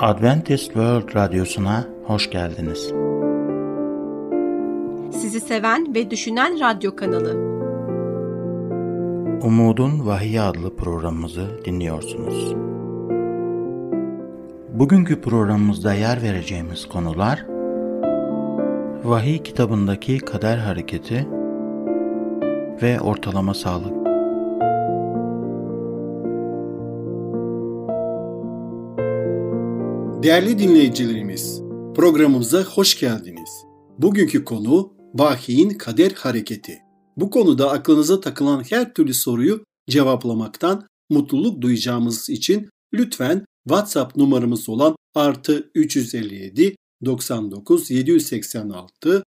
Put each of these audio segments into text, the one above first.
Adventist World Radyosu'na hoş geldiniz. Sizi seven ve düşünen radyo kanalı. Umudun Vahiy adlı programımızı dinliyorsunuz. Bugünkü programımızda yer vereceğimiz konular: Vahiy kitabındaki kader hareketi ve ortalama sağlık. Değerli dinleyicilerimiz, programımıza hoş geldiniz. Bugünkü konu Vahiy'in kader hareketi. Bu konuda aklınıza takılan her türlü soruyu cevaplamaktan mutluluk duyacağımız için lütfen WhatsApp numaramız olan +357 99 786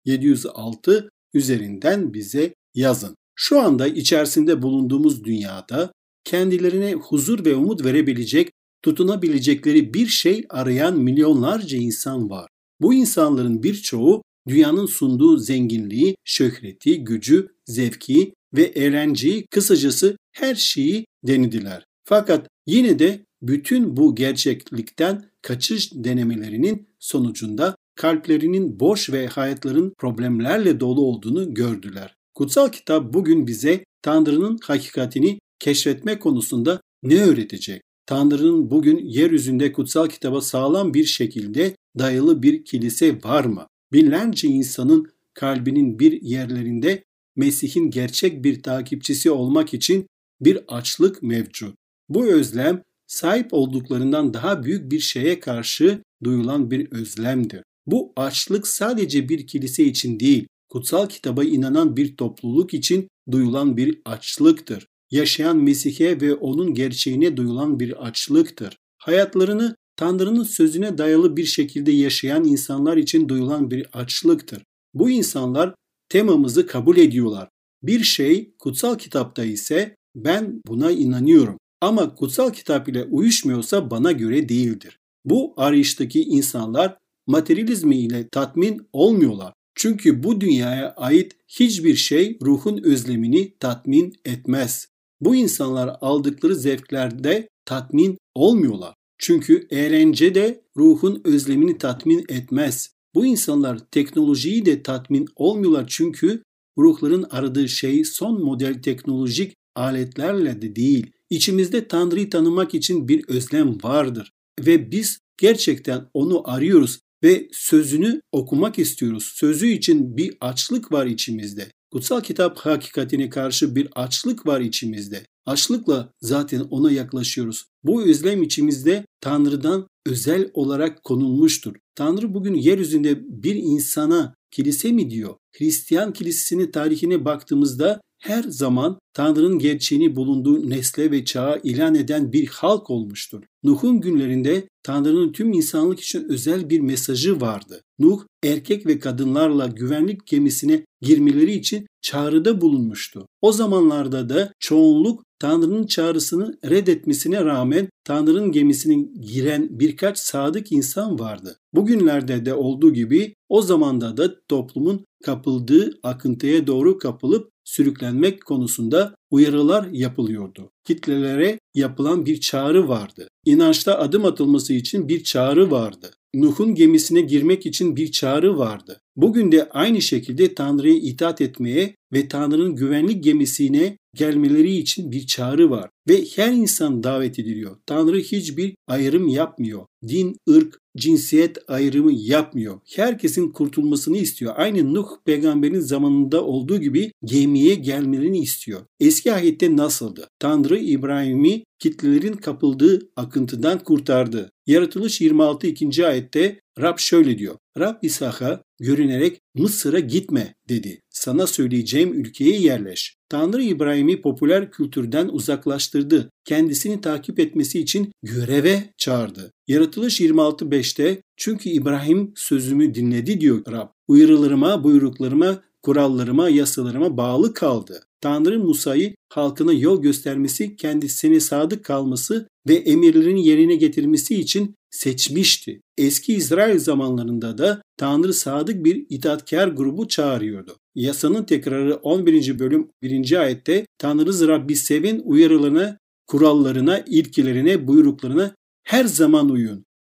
706 üzerinden bize yazın. Şu anda içerisinde bulunduğumuz dünyada kendilerine huzur ve umut verebilecek, tutunabilecekleri bir şey arayan milyonlarca insan var. Bu insanların birçoğu dünyanın sunduğu zenginliği, şöhreti, gücü, zevki ve eğlenceyi, kısacası her şeyi denediler. Fakat yine de bütün bu gerçeklikten kaçış denemelerinin sonucunda kalplerinin boş ve hayatların problemlerle dolu olduğunu gördüler. Kutsal kitap bugün bize Tanrı'nın hakikatini keşfetme konusunda ne öğretecek? Tanrı'nın bugün yeryüzünde kutsal kitaba sağlam bir şekilde dayalı bir kilise var mı? Binlerce insanın kalbinin bir yerlerinde Mesih'in gerçek bir takipçisi olmak için bir açlık mevcut. Bu özlem sahip olduklarından daha büyük bir şeye karşı duyulan bir özlemdir. Bu açlık sadece bir kilise için değil, kutsal kitaba inanan bir topluluk için duyulan bir açlıktır. Yaşayan Mesih'e ve onun gerçeğine duyulan bir açlıktır. Hayatlarını Tanrı'nın sözüne dayalı bir şekilde yaşayan insanlar için duyulan bir açlıktır. Bu insanlar temamızı kabul ediyorlar. Bir şey kutsal kitapta ise ben buna inanıyorum ama kutsal kitap ile uyuşmuyorsa bana göre değildir. Bu arayıştaki insanlar materyalizmi ile tatmin olmuyorlar. Çünkü bu dünyaya ait hiçbir şey ruhun özlemini tatmin etmez. Bu insanlar aldıkları zevklerde tatmin olmuyorlar. Çünkü eğlence de ruhun özlemini tatmin etmez. Bu insanlar teknolojiyi de tatmin olmuyorlar çünkü ruhların aradığı şey son model teknolojik aletlerle de değil. İçimizde Tanrı'yı tanımak için bir özlem vardır ve biz gerçekten onu arıyoruz ve sözünü okumak istiyoruz. Sözü için bir açlık var içimizde. Kutsal kitap hakikatine karşı bir açlık var içimizde. Açlıkla zaten ona yaklaşıyoruz. Bu özlem içimizde Tanrı'dan özel olarak konulmuştur. Tanrı bugün yeryüzünde bir insana kilise mi diyor? Hristiyan kilisesinin tarihine baktığımızda her zaman Tanrı'nın gerçeğini bulunduğu nesle ve çağa ilan eden bir halk olmuştur. Nuh'un günlerinde Tanrı'nın tüm insanlık için özel bir mesajı vardı. Nuh, erkek ve kadınlarla güvenlik gemisine girmeleri için çağrıda bulunmuştu. O zamanlarda da çoğunluk Tanrı'nın çağrısını reddetmesine rağmen Tanrı'nın gemisine giren birkaç sadık insan vardı. Bugünlerde de olduğu gibi o zamanda da toplumun kapıldığı akıntıya doğru kapılıp sürüklenmek konusunda uyarılar yapılıyordu. Kitlelere yapılan bir çağrı vardı. İnançta adım atılması için bir çağrı vardı. Nuh'un gemisine girmek için bir çağrı vardı. Bugün de aynı şekilde Tanrı'ya itaat etmeye ve Tanrı'nın güvenlik gemisine gelmeleri için bir çağrı var. Ve her insan davet ediliyor. Tanrı hiçbir ayrım yapmıyor. Din, ırk, cinsiyet ayrımı yapmıyor. Herkesin kurtulmasını istiyor. Aynı Nuh peygamberin zamanında olduğu gibi gemiye gelmelerini istiyor. Eski ahette nasıldı? Tanrı İbrahim'i kitlelerin kapıldığı akıntıdan kurtardı. Yaratılış 26. 2. ayette Rab şöyle diyor. Rab İshak'a görünerek Mısır'a gitme dedi. Sana söyleyeceğim ülkeye yerleş. Tanrı İbrahim'i popüler kültürden uzaklaştırdı. Kendisini takip etmesi için göreve çağırdı. Yaratılış 26.5'te çünkü İbrahim sözümü dinledi diyor Rab. Uyarılarıma, buyruklarıma, kurallarıma, yasalarıma bağlı kaldı. Tanrı Musa'yı halkına yol göstermesi, kendisine sadık kalması ve emirlerini yerine getirmesi için seçmişti. Eski İsrail zamanlarında da Tanrı sadık bir itaatkar grubu çağırıyordu. Yasanın tekrarı 11. bölüm 1. ayette Tanrınız Rabbi sevin, uyarılarına, kurallarına, ilkelerine, buyruklarına her zaman uyun.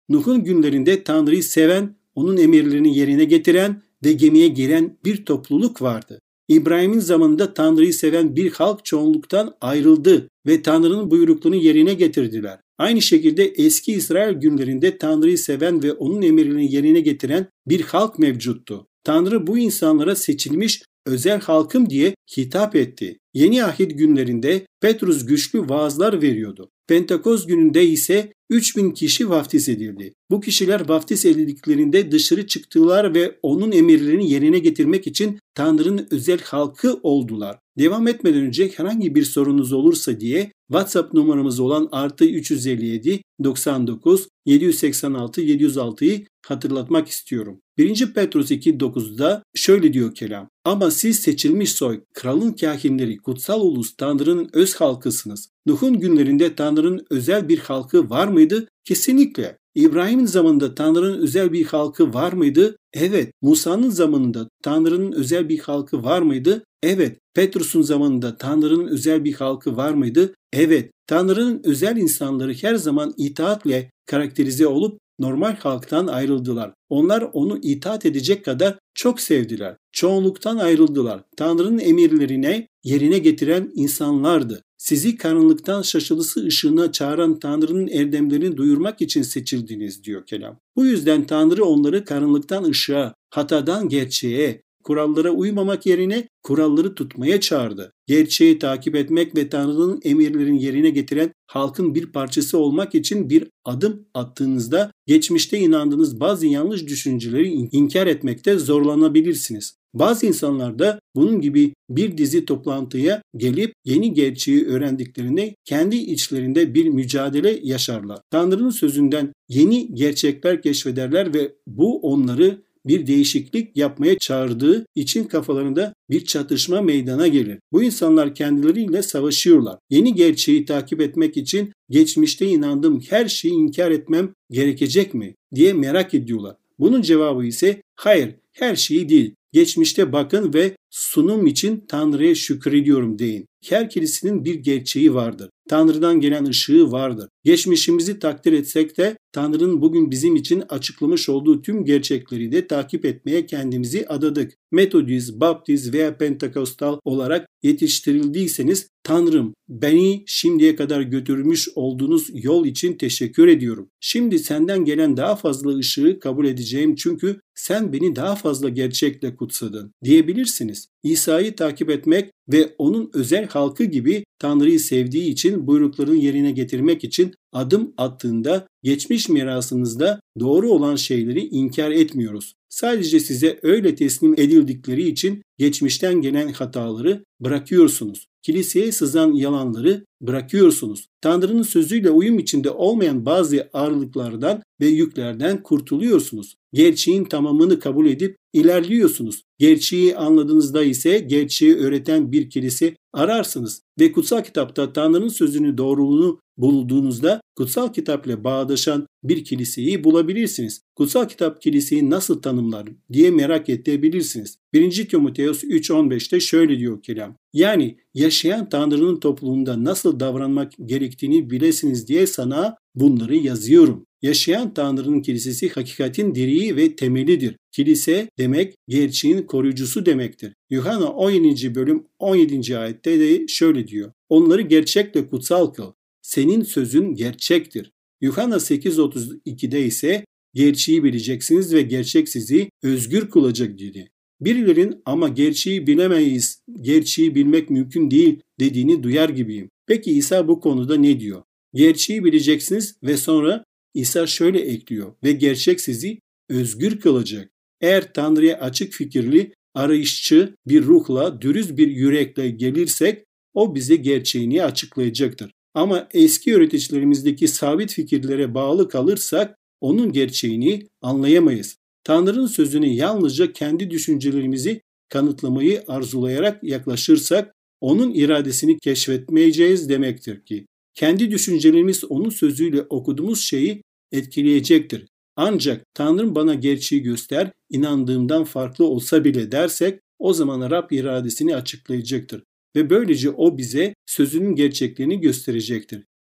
Nuh'un günlerinde Tanrı'yı seven, onun emirlerini yerine getiren ve gemiye giren bir topluluk vardı. İbrahim'in zamanında Tanrı'yı seven bir halk çoğunluktan ayrıldı ve Tanrı'nın buyruklarını yerine getirdiler. Aynı şekilde eski İsrail günlerinde Tanrı'yı seven ve onun emirlerini yerine getiren bir halk mevcuttu. Tanrı bu insanlara seçilmiş özel halkım diye hitap etti. Yeni Ahit günlerinde Petrus güçlü vaazlar veriyordu. Pentekost gününde ise 3000 kişi vaftiz edildi. Bu kişiler vaftiz edildiklerinde dışarı çıktılar ve onun emirlerini yerine getirmek için Tanrı'nın özel halkı oldular. Devam etmeden önce herhangi bir sorunuz olursa diye WhatsApp numaramız olan +357 99 786 706'yı hatırlatmak istiyorum. 1. Petrus 2.9'da şöyle diyor kelam. Ama siz seçilmiş soy, kralın kahinleri, kutsal ulus, Tanrı'nın öz halkısınız. Nuh'un günlerinde Tanrı'nın özel bir halkı var mıydı? Kesinlikle. İbrahim'in zamanında Tanrı'nın özel bir halkı var mıydı? Evet. Musa'nın zamanında Tanrı'nın özel bir halkı var mıydı? Evet. Petrus'un zamanında Tanrı'nın özel bir halkı var mıydı? Evet. Tanrı'nın özel insanları her zaman itaatle karakterize olup normal halktan ayrıldılar. Onlar onu itaat edecek kadar çok sevdiler. Çoğunluktan ayrıldılar. Tanrı'nın emirlerine yerine getiren insanlardı. Sizi karanlıktan şaşılısı ışığına çağıran Tanrı'nın erdemlerini duyurmak için seçildiniz diyor kelam. Bu yüzden Tanrı onları karanlıktan ışığa, hatadan gerçeğe, kurallara uymamak yerine kuralları tutmaya çağırdı. Gerçeği takip etmek ve Tanrı'nın emirlerini yerine getiren halkın bir parçası olmak için bir adım attığınızda geçmişte inandığınız bazı yanlış düşünceleri inkar etmekte zorlanabilirsiniz. Bazı insanlar da bunun gibi bir dizi toplantıya gelip yeni gerçeği öğrendiklerinde kendi içlerinde bir mücadele yaşarlar. Tanrı'nın sözünden yeni gerçekler keşfederler ve bu onları bir değişiklik yapmaya çağırdığı için kafalarında bir çatışma meydana gelir. Bu insanlar kendileriyle savaşıyorlar. Yeni gerçeği takip etmek için geçmişte inandığım her şeyi inkar etmem gerekecek mi diye merak ediyorlar. Bunun cevabı ise hayır, her şeyi değil. Geçmişte bakın ve sunum için Tanrı'ya şükrediyorum deyin. Her kilisinin bir gerçeği vardır. Tanrı'dan gelen ışığı vardır. Geçmişimizi takdir etsek de Tanrı'nın bugün bizim için açıklamış olduğu tüm gerçekleri de takip etmeye kendimizi adadık. Metodist, Baptist veya Pentekostal olarak yetiştirildiyseniz Tanrım beni şimdiye kadar götürmüş olduğunuz yol için teşekkür ediyorum. Şimdi senden gelen daha fazla ışığı kabul edeceğim çünkü sen beni daha fazla gerçekle kutsadın diyebilirsiniz. İsa'yı takip etmek ve onun özel halkı gibi Tanrı'yı sevdiği için buyruklarını yerine getirmek için adım attığında geçmiş mirasınızda doğru olan şeyleri inkar etmiyoruz. Sadece size öyle teslim edildikleri için geçmişten gelen hataları bırakıyorsunuz. Kiliseye sızan yalanları bırakıyorsunuz. Tanrı'nın sözüyle uyum içinde olmayan bazı ağırlıklardan ve yüklerden kurtuluyorsunuz. Gerçeğin tamamını kabul edip ilerliyorsunuz. Gerçeği anladığınızda ise gerçeği öğreten bir kilise ararsınız ve kutsal kitapta Tanrı'nın sözünü doğruluğunu bulduğunuzda kutsal kitap ile bağdaşan bir kiliseyi bulabilirsiniz. Kutsal kitap kiliseyi nasıl tanımlar diye merak edebilirsiniz. 1. Timoteos 3.15'te şöyle diyor kelam. Yani yaşayan Tanrı'nın topluluğunda nasıl davranmak gerektiğini bilesiniz diye sana bunları yazıyorum. Yaşayan Tanrı'nın kilisesi hakikatin direği ve temelidir. Kilise demek gerçeğin koruyucusu demektir. Yuhanna 17. bölüm 17. ayette de şöyle diyor. Onları gerçekle kutsal kıl. Senin sözün gerçektir. Yuhanna 8.32'de ise gerçeği bileceksiniz ve gerçek sizi özgür kılacak dedi. Birilerin ama gerçeği bilemeyiz, gerçeği bilmek mümkün değil dediğini duyar gibiyim. Peki İsa bu konuda ne diyor? Gerçeği bileceksiniz ve sonra İsa şöyle ekliyor ve gerçek sizi özgür kılacak. Eğer Tanrı'ya açık fikirli, arayışçı bir ruhla, dürüst bir yürekle gelirsek o bize gerçeğini açıklayacaktır. Ama eski öğreticilerimizdeki sabit fikirlere bağlı kalırsak onun gerçeğini anlayamayız. Tanrı'nın sözüne yalnızca kendi düşüncelerimizi kanıtlamayı arzulayarak yaklaşırsak onun iradesini keşfetmeyeceğiz demektir ki kendi düşüncelerimiz onun sözüyle okuduğumuz şeyi etkileyecektir. Ancak Tanrım bana gerçeği göster, inandığımdan farklı olsa bile dersek o zaman Rab iradesini açıklayacaktır. Ve böylece o bize sözünün gerçeklerini gösterecektir.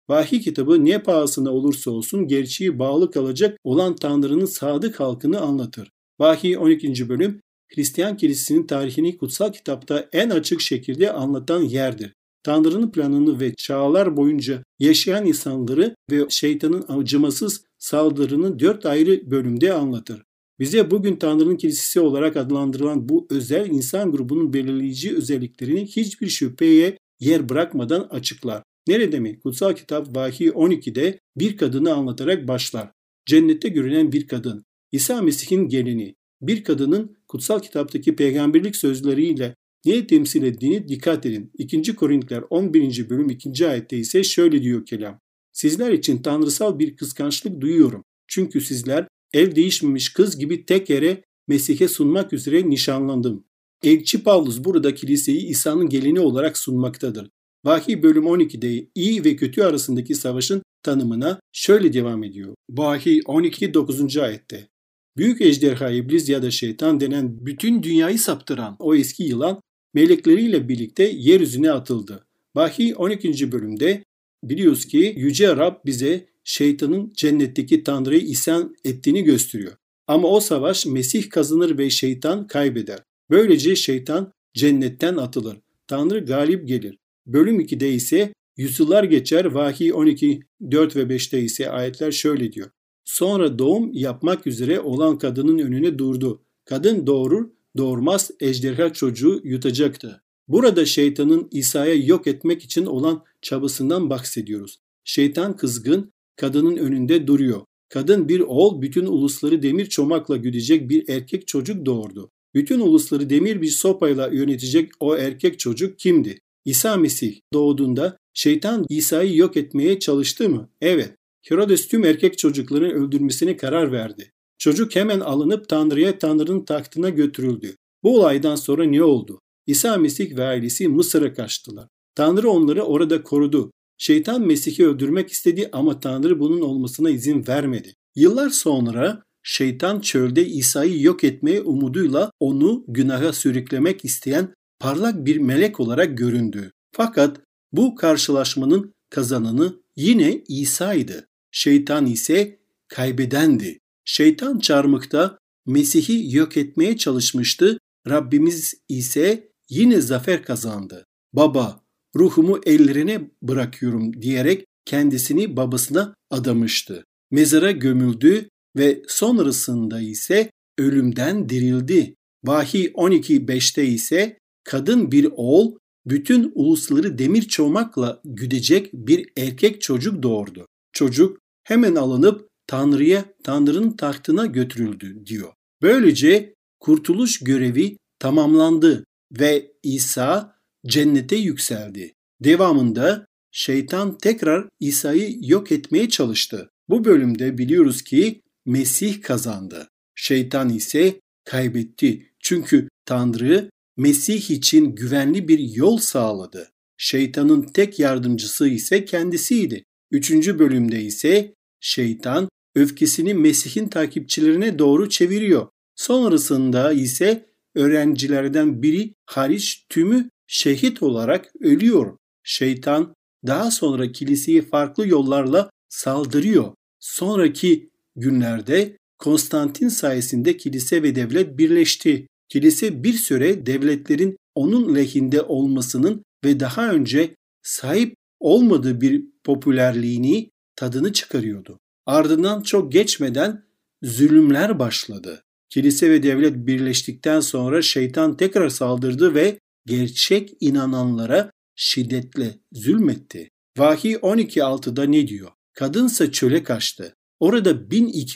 Vahiy kitabı ne pahasına olursa olsun gerçeğe bağlı kalacak olan Tanrı'nın sadık halkını anlatır. Vahiy 12. bölüm Hristiyan kilisesinin tarihini kutsal kitapta en açık şekilde anlatan yerdir. Tanrı'nın planını ve çağlar boyunca yaşayan insanları ve şeytanın acımasız saldırını 4 ayrı bölümde anlatır. Bize bugün Tanrı'nın kilisesi olarak adlandırılan bu özel insan grubunun belirleyici özelliklerini hiçbir şüpheye yer bırakmadan açıklar. Ne demek? Kutsal kitap Vahiy 12'de bir kadını anlatarak başlar. Cennette görünen bir kadın. İsa Mesih'in gelini. Bir kadının kutsal kitaptaki peygamberlik sözleriyle neyi temsil ettiğini dikkat edin. 2. Korintiler 11. bölüm 2. ayette ise şöyle diyor kelam. Sizler için tanrısal bir kıskançlık duyuyorum. Çünkü sizler el değişmemiş kız gibi tek yere Mesih'e sunmak üzere nişanlandım. Elçi Pavlus burada kiliseyi İsa'nın gelini olarak sunmaktadır. Vahiy bölüm 12'de iyi ve kötü arasındaki savaşın tanımına şöyle devam ediyor. Vahiy 12. 9. ayette. Büyük ejderha iblis ya da şeytan denen bütün dünyayı saptıran o eski yılan melekleriyle birlikte yeryüzüne atıldı. Vahiy 12. bölümde biliyoruz ki Yüce Rab bize şeytanın cennetteki Tanrı'yı isyan ettiğini gösteriyor. Ama o savaş Mesih kazanır ve şeytan kaybeder. Böylece şeytan cennetten atılır. Tanrı galip gelir. Bölüm 2'de ise yüzyıllar geçer. Vahiy 12, 4 ve 5'te ise ayetler şöyle diyor. Sonra doğum yapmak üzere olan kadının önüne durdu. Kadın doğurur, doğurmaz ejderha çocuğu yutacaktı. Burada şeytanın İsa'yı yok etmek için olan çabasından bahsediyoruz. Şeytan kızgın, kadının önünde duruyor. Kadın bir oğul, bütün ulusları demir çomakla güdecek bir erkek çocuk doğurdu. Bütün ulusları demir bir sopayla yönetecek o erkek çocuk kimdi? İsa Mesih doğduğunda şeytan İsa'yı yok etmeye çalıştı mı? Evet. Herodes tüm erkek çocukların öldürmesine karar verdi. Çocuk hemen alınıp Tanrı'nın tahtına götürüldü. Bu olaydan sonra ne oldu? İsa Mesih ve ailesi Mısır'a kaçtılar. Tanrı onları orada korudu. Şeytan Mesih'i öldürmek istedi ama Tanrı bunun olmasına izin vermedi. Yıllar sonra şeytan çölde İsa'yı yok etmeye umuduyla onu günaha sürüklemek isteyen parlak bir melek olarak göründü. Fakat bu karşılaşmanın kazananı yine İsa'ydı. Şeytan ise kaybedendi. Şeytan çarmıhta Mesih'i yok etmeye çalışmıştı. Rabbimiz ise yine zafer kazandı. Baba, ruhumu ellerine bırakıyorum diyerek kendisini babasına adamıştı. Mezara gömüldü ve sonrasında ise ölümden dirildi. Vahiy 12.5'te ise kadın bir oğul, bütün ulusları demir çomakla güdecek bir erkek çocuk doğurdu. Çocuk hemen alınıp Tanrı'nın tahtına götürüldü diyor. Böylece kurtuluş görevi tamamlandı ve İsa cennete yükseldi. Devamında şeytan tekrar İsa'yı yok etmeye çalıştı. Bu bölümde biliyoruz ki Mesih kazandı. Şeytan ise kaybetti. Çünkü Tanrı Mesih için güvenli bir yol sağladı. Şeytanın tek yardımcısı ise kendisiydi. 3. bölümde ise şeytan öfkesini Mesih'in takipçilerine doğru çeviriyor. Sonrasında ise öğrencilerden biri hariç tümü şehit olarak ölüyor. Şeytan daha sonra kiliseyi farklı yollarla saldırıyor. Sonraki günlerde Konstantin sayesinde kilise ve devlet birleşti. Kilise bir süre devletlerin onun lehinde olmasının ve daha önce sahip olmadığı bir popülerliğini tadını çıkarıyordu. Ardından çok geçmeden zulümler başladı. Kilise ve devlet birleştikten sonra şeytan tekrar saldırdı ve gerçek inananlara şiddetle zulmetti. Vahiy 12.6'da ne diyor? Kadınsa çöle kaçtı. Orada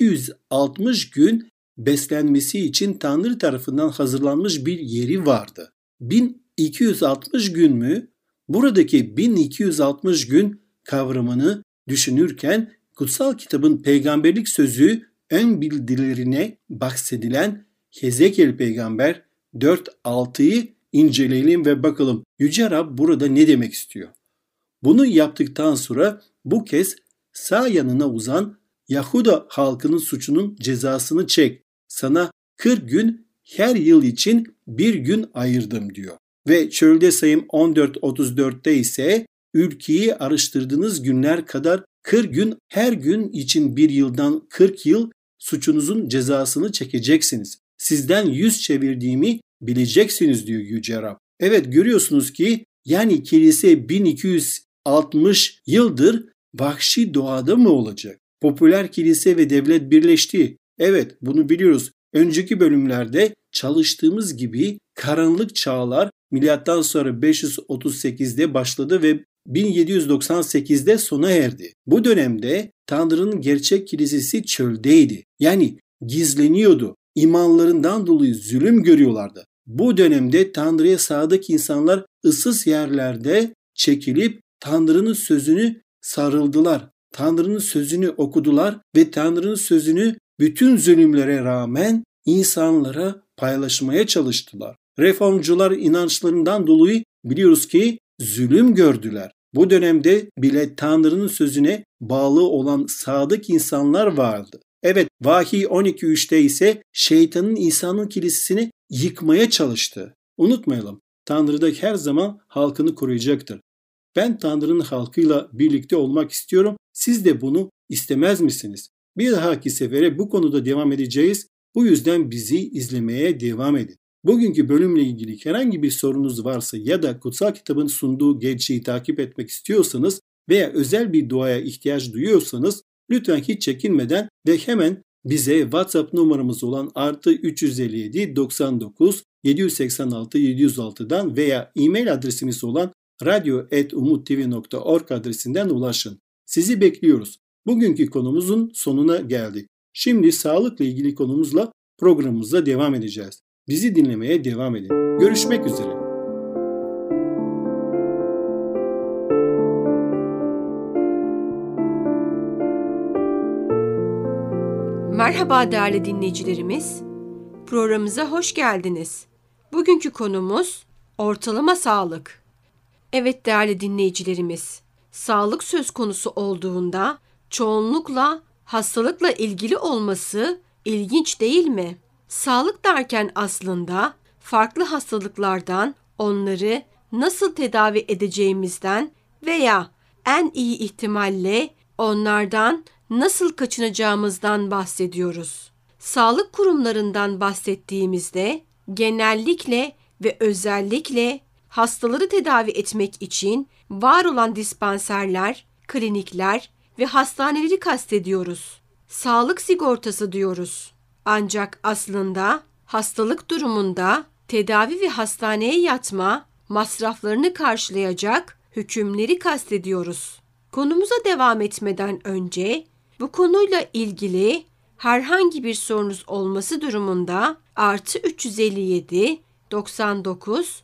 1260 gün beslenmesi için Tanrı tarafından hazırlanmış bir yeri vardı. 1260 gün mü? Buradaki 1260 gün kavramını düşünürken kutsal kitabın peygamberlik sözü ön bildilerine bahsedilen Hezekiel peygamber 4.6'yı inceleyelim ve bakalım Yüce Rab burada ne demek istiyor? Bunu yaptıktan sonra bu kez sağ yanına uzan Yahuda halkının suçunun cezasını çek. Sana 40 gün her yıl için bir gün ayırdım diyor. Ve çölde sayım 14.34'te ise ülkeyi araştırdığınız günler kadar 40 gün, her gün için bir yıldan 40 yıl suçunuzun cezasını çekeceksiniz. Sizden yüz çevirdiğimi bileceksiniz diyor Yüce Rab. Evet, görüyorsunuz ki yani kilise 1260 yıldır vahşi doğada mı olacak? Popüler kilise ve devlet birleşti. Evet, bunu biliyoruz. Önceki bölümlerde çalıştığımız gibi karanlık çağlar milattan sonra 538'de başladı ve 1798'de sona erdi. Bu dönemde Tanrı'nın gerçek kilisesi çöldeydi. Yani gizleniyordu. İmanlarından dolayı zulüm görüyorlardı. Bu dönemde Tanrı'ya sadık insanlar ıssız yerlerde çekilip Tanrı'nın sözünü sarıldılar. Tanrı'nın sözünü okudular ve Tanrı'nın sözünü bütün zulümlere rağmen insanlara paylaşmaya çalıştılar. Reformcular inançlarından dolayı biliyoruz ki zulüm gördüler. Bu dönemde bile Tanrı'nın sözüne bağlı olan sadık insanlar vardı. Evet, Vahiy 12.3'te ise şeytanın İsa'nın kilisesini yıkmaya çalıştı. Unutmayalım, Tanrı da her zaman halkını koruyacaktır. Ben Tanrı'nın halkıyla birlikte olmak istiyorum. Siz de bunu istemez misiniz? Bir dahaki sefere bu konuda devam edeceğiz. Bu yüzden bizi izlemeye devam edin. Bugünkü bölümle ilgili herhangi bir sorunuz varsa ya da kutsal kitabın sunduğu gerçeği takip etmek istiyorsanız veya özel bir duaya ihtiyaç duyuyorsanız lütfen hiç çekinmeden ve hemen bize WhatsApp numaramız olan +357 99 786 706'dan veya e-mail adresimiz olan radyo@umuttv.org adresinden ulaşın. Sizi bekliyoruz. Bugünkü konumuzun sonuna geldik. Şimdi sağlıkla ilgili konumuzla programımıza devam edeceğiz. Bizi dinlemeye devam edin. Görüşmek üzere. Merhaba değerli dinleyicilerimiz. Programımıza hoş geldiniz. Bugünkü konumuz ortalama sağlık. Evet değerli dinleyicilerimiz, sağlık söz konusu olduğunda çoğunlukla hastalıkla ilgili olması ilginç değil mi? Sağlık derken aslında farklı hastalıklardan onları nasıl tedavi edeceğimizden veya en iyi ihtimalle onlardan nasıl kaçınacağımızdan bahsediyoruz. Sağlık kurumlarından bahsettiğimizde genellikle ve özellikle hastaları tedavi etmek için var olan dispanserler, klinikler ve hastaneleri kastediyoruz. Sağlık sigortası diyoruz. Ancak aslında hastalık durumunda tedavi ve hastaneye yatma masraflarını karşılayacak hükümleri kastediyoruz. Konumuza devam etmeden önce bu konuyla ilgili herhangi bir sorunuz olması durumunda +357 99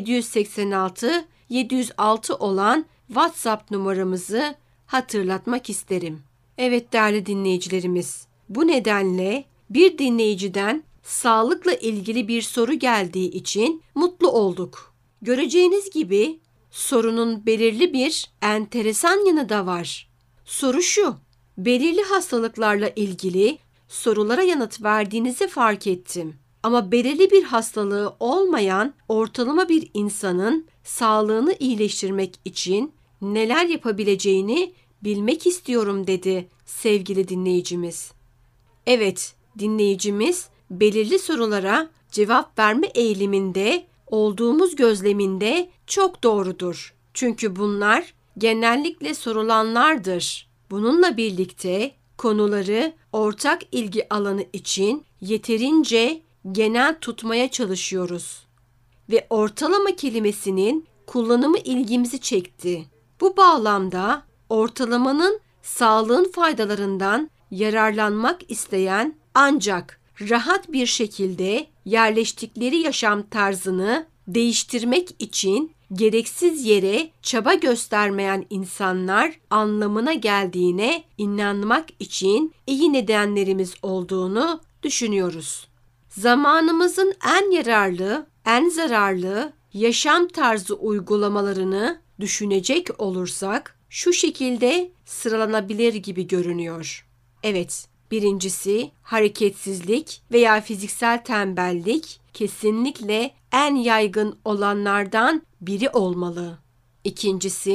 786 706 olan WhatsApp numaramızı hatırlatmak isterim. Evet değerli dinleyicilerimiz, bu nedenle bir dinleyiciden sağlıkla ilgili bir soru geldiği için mutlu olduk. Göreceğiniz gibi sorunun belirli bir enteresan yanı da var. Soru şu: belirli hastalıklarla ilgili sorulara yanıt verdiğinizi fark ettim. Ama belirli bir hastalığı olmayan ortalama bir insanın sağlığını iyileştirmek için neler yapabileceğini bilmek istiyorum dedi sevgili dinleyicimiz. Evet, dinleyicimiz belirli sorulara cevap verme eğiliminde olduğumuz gözleminde çok doğrudur. Çünkü bunlar genellikle sorulanlardır. Bununla birlikte konuları ortak ilgi alanı için yeterince genel tutmaya çalışıyoruz. Ve ortalama kelimesinin kullanımı ilgimizi çekti. Bu bağlamda ortalamanın sağlığın faydalarından yararlanmak isteyen ancak rahat bir şekilde yerleştikleri yaşam tarzını değiştirmek için gereksiz yere çaba göstermeyen insanlar anlamına geldiğine inanmak için iyi nedenlerimiz olduğunu düşünüyoruz. Zamanımızın en yararlı, en zararlı yaşam tarzı uygulamalarını düşünecek olursak şu şekilde sıralanabilir gibi görünüyor. Evet, birincisi hareketsizlik veya fiziksel tembellik kesinlikle en yaygın olanlardan biri olmalı. İkincisi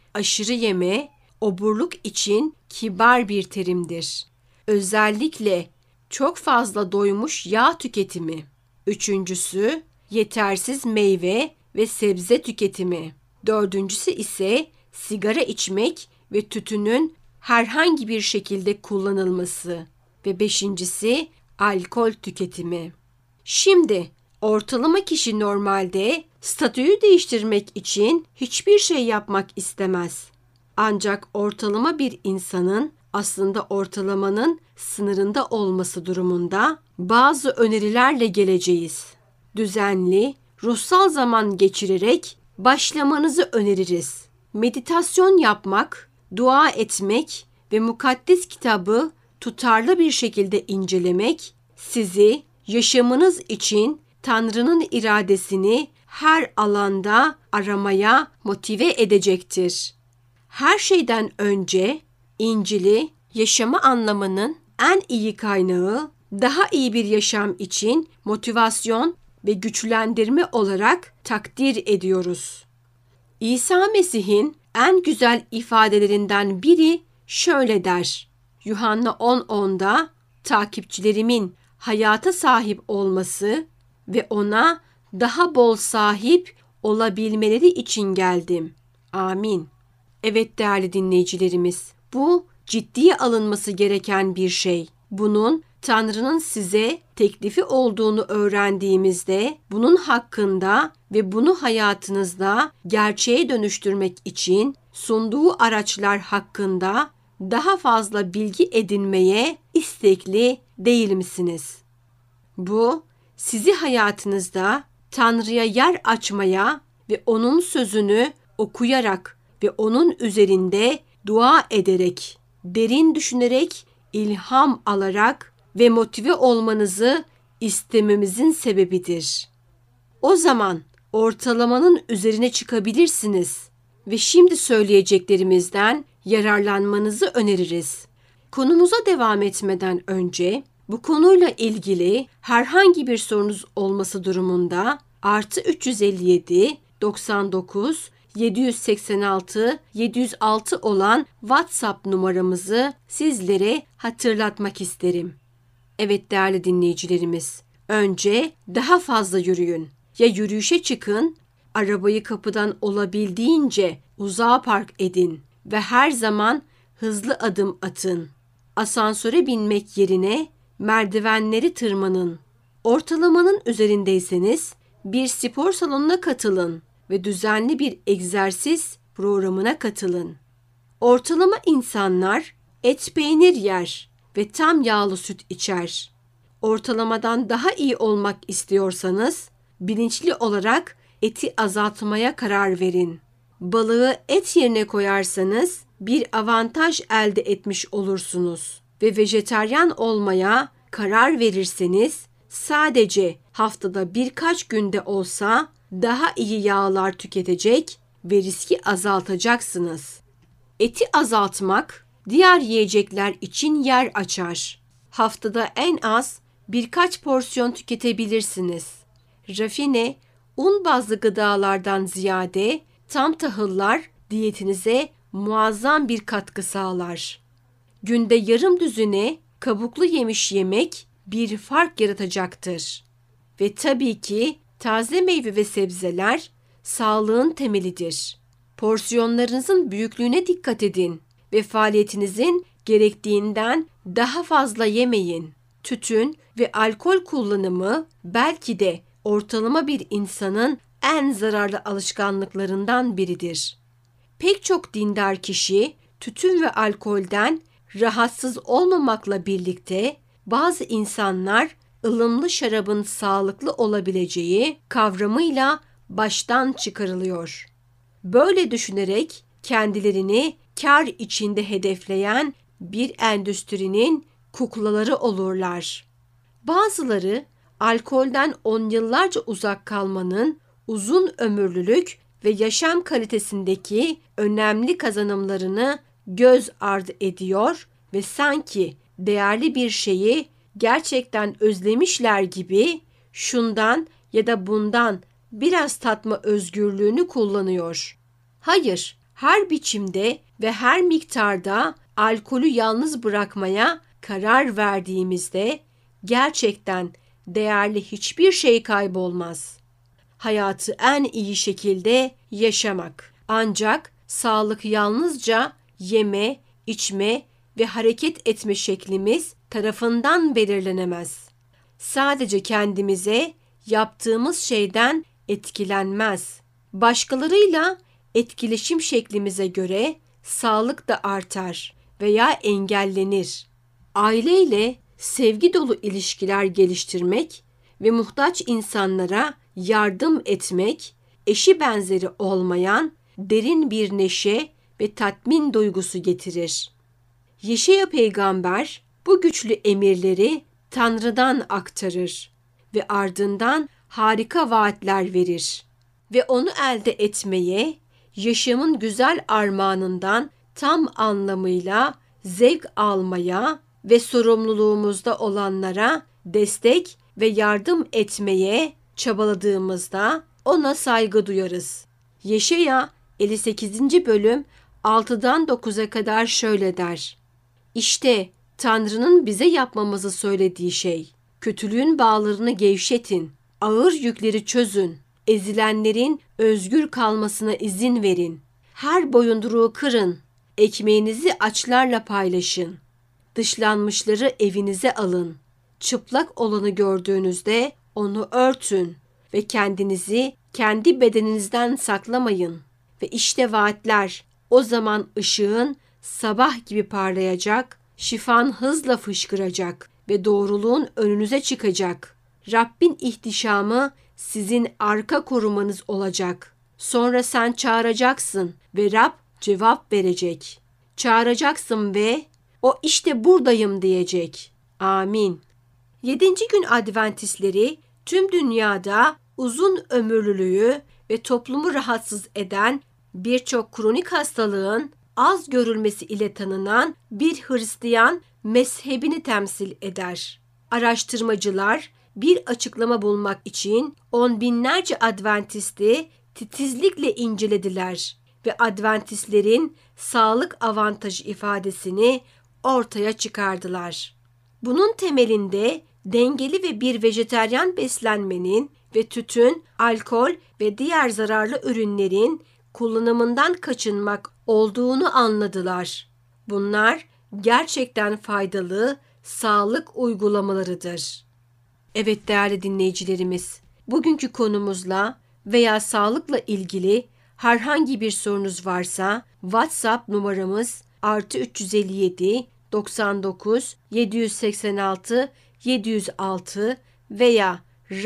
aşırı yeme, oburluk için kibar bir terimdir. Özellikle çok fazla doymuş yağ tüketimi. Üçüncüsü, yetersiz meyve ve sebze tüketimi. Dördüncüsü ise sigara içmek ve tütünün herhangi bir şekilde kullanılması. Ve beşincisi, alkol tüketimi. Şimdi ortalama kişi normalde statüyü değiştirmek için hiçbir şey yapmak istemez. Ancak ortalama bir insanın aslında ortalamanın sınırında olması durumunda bazı önerilerle geleceğiz. Düzenli, ruhsal zaman geçirerek başlamanızı öneririz. Meditasyon yapmak, dua etmek ve mukaddes kitabı tutarlı bir şekilde incelemek sizi yaşamınız için Tanrı'nın iradesini her alanda aramaya motive edecektir. Her şeyden önce İncil'i yaşama anlamının en iyi kaynağı, daha iyi bir yaşam için motivasyon ve güçlendirme olarak takdir ediyoruz. İsa Mesih'in en güzel ifadelerinden biri şöyle der. Yuhanna 10:10'da takipçilerimin hayata sahip olması ve ona daha bol sahip olabilmeleri için geldim. Amin. Evet değerli dinleyicilerimiz, bu ciddiye alınması gereken bir şey. Bunun Tanrı'nın size teklifi olduğunu öğrendiğimizde bunun hakkında ve bunu hayatınızda gerçeğe dönüştürmek için sunduğu araçlar hakkında daha fazla bilgi edinmeye istekli değil misiniz? Bu, sizi hayatınızda Tanrı'ya yer açmaya ve onun sözünü okuyarak ve onun üzerinde dua ederek, derin düşünerek, ilham alarak ve motive olmanızı istememizin sebebidir. O zaman ortalamanın üzerine çıkabilirsiniz ve şimdi söyleyeceklerimizden yararlanmanızı öneririz. Konumuza devam etmeden önce bu konuyla ilgili herhangi bir sorunuz olması durumunda +357 99 786 706 olan WhatsApp numaramızı sizlere hatırlatmak isterim. Evet değerli dinleyicilerimiz, önce daha fazla yürüyün. Ya yürüyüşe çıkın, arabayı kapıdan olabildiğince uzağa park edin ve her zaman hızlı adım atın. Asansöre binmek yerine merdivenleri tırmanın. Ortalamanın üzerindeyseniz bir spor salonuna katılın ve düzenli bir egzersiz programına katılın. Ortalama insanlar et peynir yer ve tam yağlı süt içer. Ortalamadan daha iyi olmak istiyorsanız bilinçli olarak eti azaltmaya karar verin. Balığı et yerine koyarsanız bir avantaj elde etmiş olursunuz ve vejetaryen olmaya karar verirseniz sadece haftada birkaç günde olsa daha iyi yağlar tüketecek ve riski azaltacaksınız. Eti azaltmak diğer yiyecekler için yer açar. Haftada en az birkaç porsiyon tüketebilirsiniz. Rafine, un bazlı gıdalardan ziyade tam tahıllar diyetinize muazzam bir katkı sağlar. Günde yarım düzine kabuklu yemiş yemek bir fark yaratacaktır. Ve tabii ki taze meyve ve sebzeler sağlığın temelidir. Porsiyonlarınızın büyüklüğüne dikkat edin ve faaliyetinizin gerektiğinden daha fazla yemeyin. Tütün ve alkol kullanımı belki de ortalama bir insanın en zararlı alışkanlıklarından biridir. Pek çok dindar kişi tütün ve alkolden rahatsız olmamakla birlikte bazı insanlar ılımlı şarabın sağlıklı olabileceği kavramıyla baştan çıkarılıyor. Böyle düşünerek kendilerini kar içinde hedefleyen bir endüstrinin kuklaları olurlar. Bazıları alkolden 10 yıllarca uzak kalmanın uzun ömürlülük ve yaşam kalitesindeki önemli kazanımlarını göz ardı ediyor ve sanki değerli bir şeyi gerçekten özlemişler gibi şundan ya da bundan biraz tatma özgürlüğünü kullanıyor. Hayır, her biçimde ve her miktarda alkolü yalnız bırakmaya karar verdiğimizde gerçekten değerli hiçbir şey kaybolmaz. Hayatı en iyi şekilde yaşamak. Ancak sağlık yalnızca yeme, içme ve hareket etme şeklimiz tarafından belirlenemez. Sadece kendimize yaptığımız şeyden etkilenmez. Başkalarıyla etkileşim şeklimize göre sağlık da artar veya engellenir. Aileyle sevgi dolu ilişkiler geliştirmek ve muhtaç insanlara yardım etmek, eşi benzeri olmayan derin bir neşe ve tatmin duygusu getirir. Yeşaya peygamber bu güçlü emirleri Tanrı'dan aktarır ve ardından harika vaatler verir ve onu elde etmeye, yaşamın güzel armağanından tam anlamıyla zevk almaya ve sorumluluğumuzda olanlara destek ve yardım etmeye çabaladığımızda ona saygı duyarız. Yeşaya 58. bölüm 6'dan 9'a kadar şöyle der. İşte Tanrı'nın bize yapmamızı söylediği şey. Kötülüğün bağlarını gevşetin, ağır yükleri çözün, ezilenlerin özgür kalmasına izin verin. Her boyunduruğu kırın, ekmeğinizi açlarla paylaşın. Dışlanmışları evinize alın. Çıplak olanı gördüğünüzde onu örtün ve kendinizi kendi bedeninizden saklamayın. Ve işte vaatler, o zaman ışığın sabah gibi parlayacak, şifan hızla fışkıracak ve doğruluğun önünüze çıkacak. Rabbin ihtişamı sizin arka korumanız olacak. Sonra sen çağıracaksın ve Rab cevap verecek. Çağıracaksın ve o işte buradayım diyecek. Amin. 7. gün Adventistleri tüm dünyada uzun ömürlülüğü ve toplumu rahatsız eden birçok kronik hastalığın az görülmesi ile tanınan bir Hristiyan mezhebini temsil eder. Araştırmacılar bir açıklama bulmak için on binlerce Adventisti titizlikle incelediler ve Adventistlerin sağlık avantajı ifadesini ortaya çıkardılar. Bunun temelinde dengeli ve bir vejeteryan beslenmenin ve tütün, alkol ve diğer zararlı ürünlerin kullanımından kaçınmak olduğunu anladılar. Bunlar gerçekten faydalı sağlık uygulamalarıdır. Evet değerli dinleyicilerimiz, bugünkü konumuzla veya sağlıkla ilgili herhangi bir sorunuz varsa WhatsApp numaramız +357 99 786 706 veya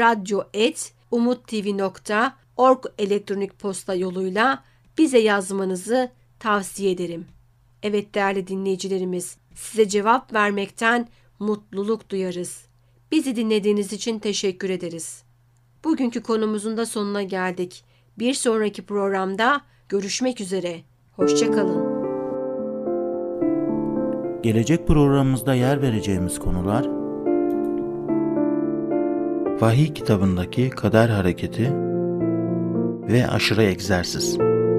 radyo@umuttv.org elektronik posta yoluyla bize yazmanızı tavsiye ederim. Evet değerli dinleyicilerimiz, size cevap vermekten mutluluk duyarız. Bizi dinlediğiniz için teşekkür ederiz. Bugünkü konumuzun da sonuna geldik. Bir sonraki programda görüşmek üzere. Hoşça kalın. Gelecek programımızda yer vereceğimiz konular: Vahiy kitabındaki kader hareketi ve aşırı egzersiz.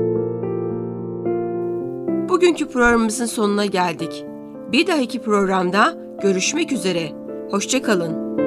Bugünkü programımızın sonuna geldik. Bir dahaki programda görüşmek üzere. Hoşça kalın.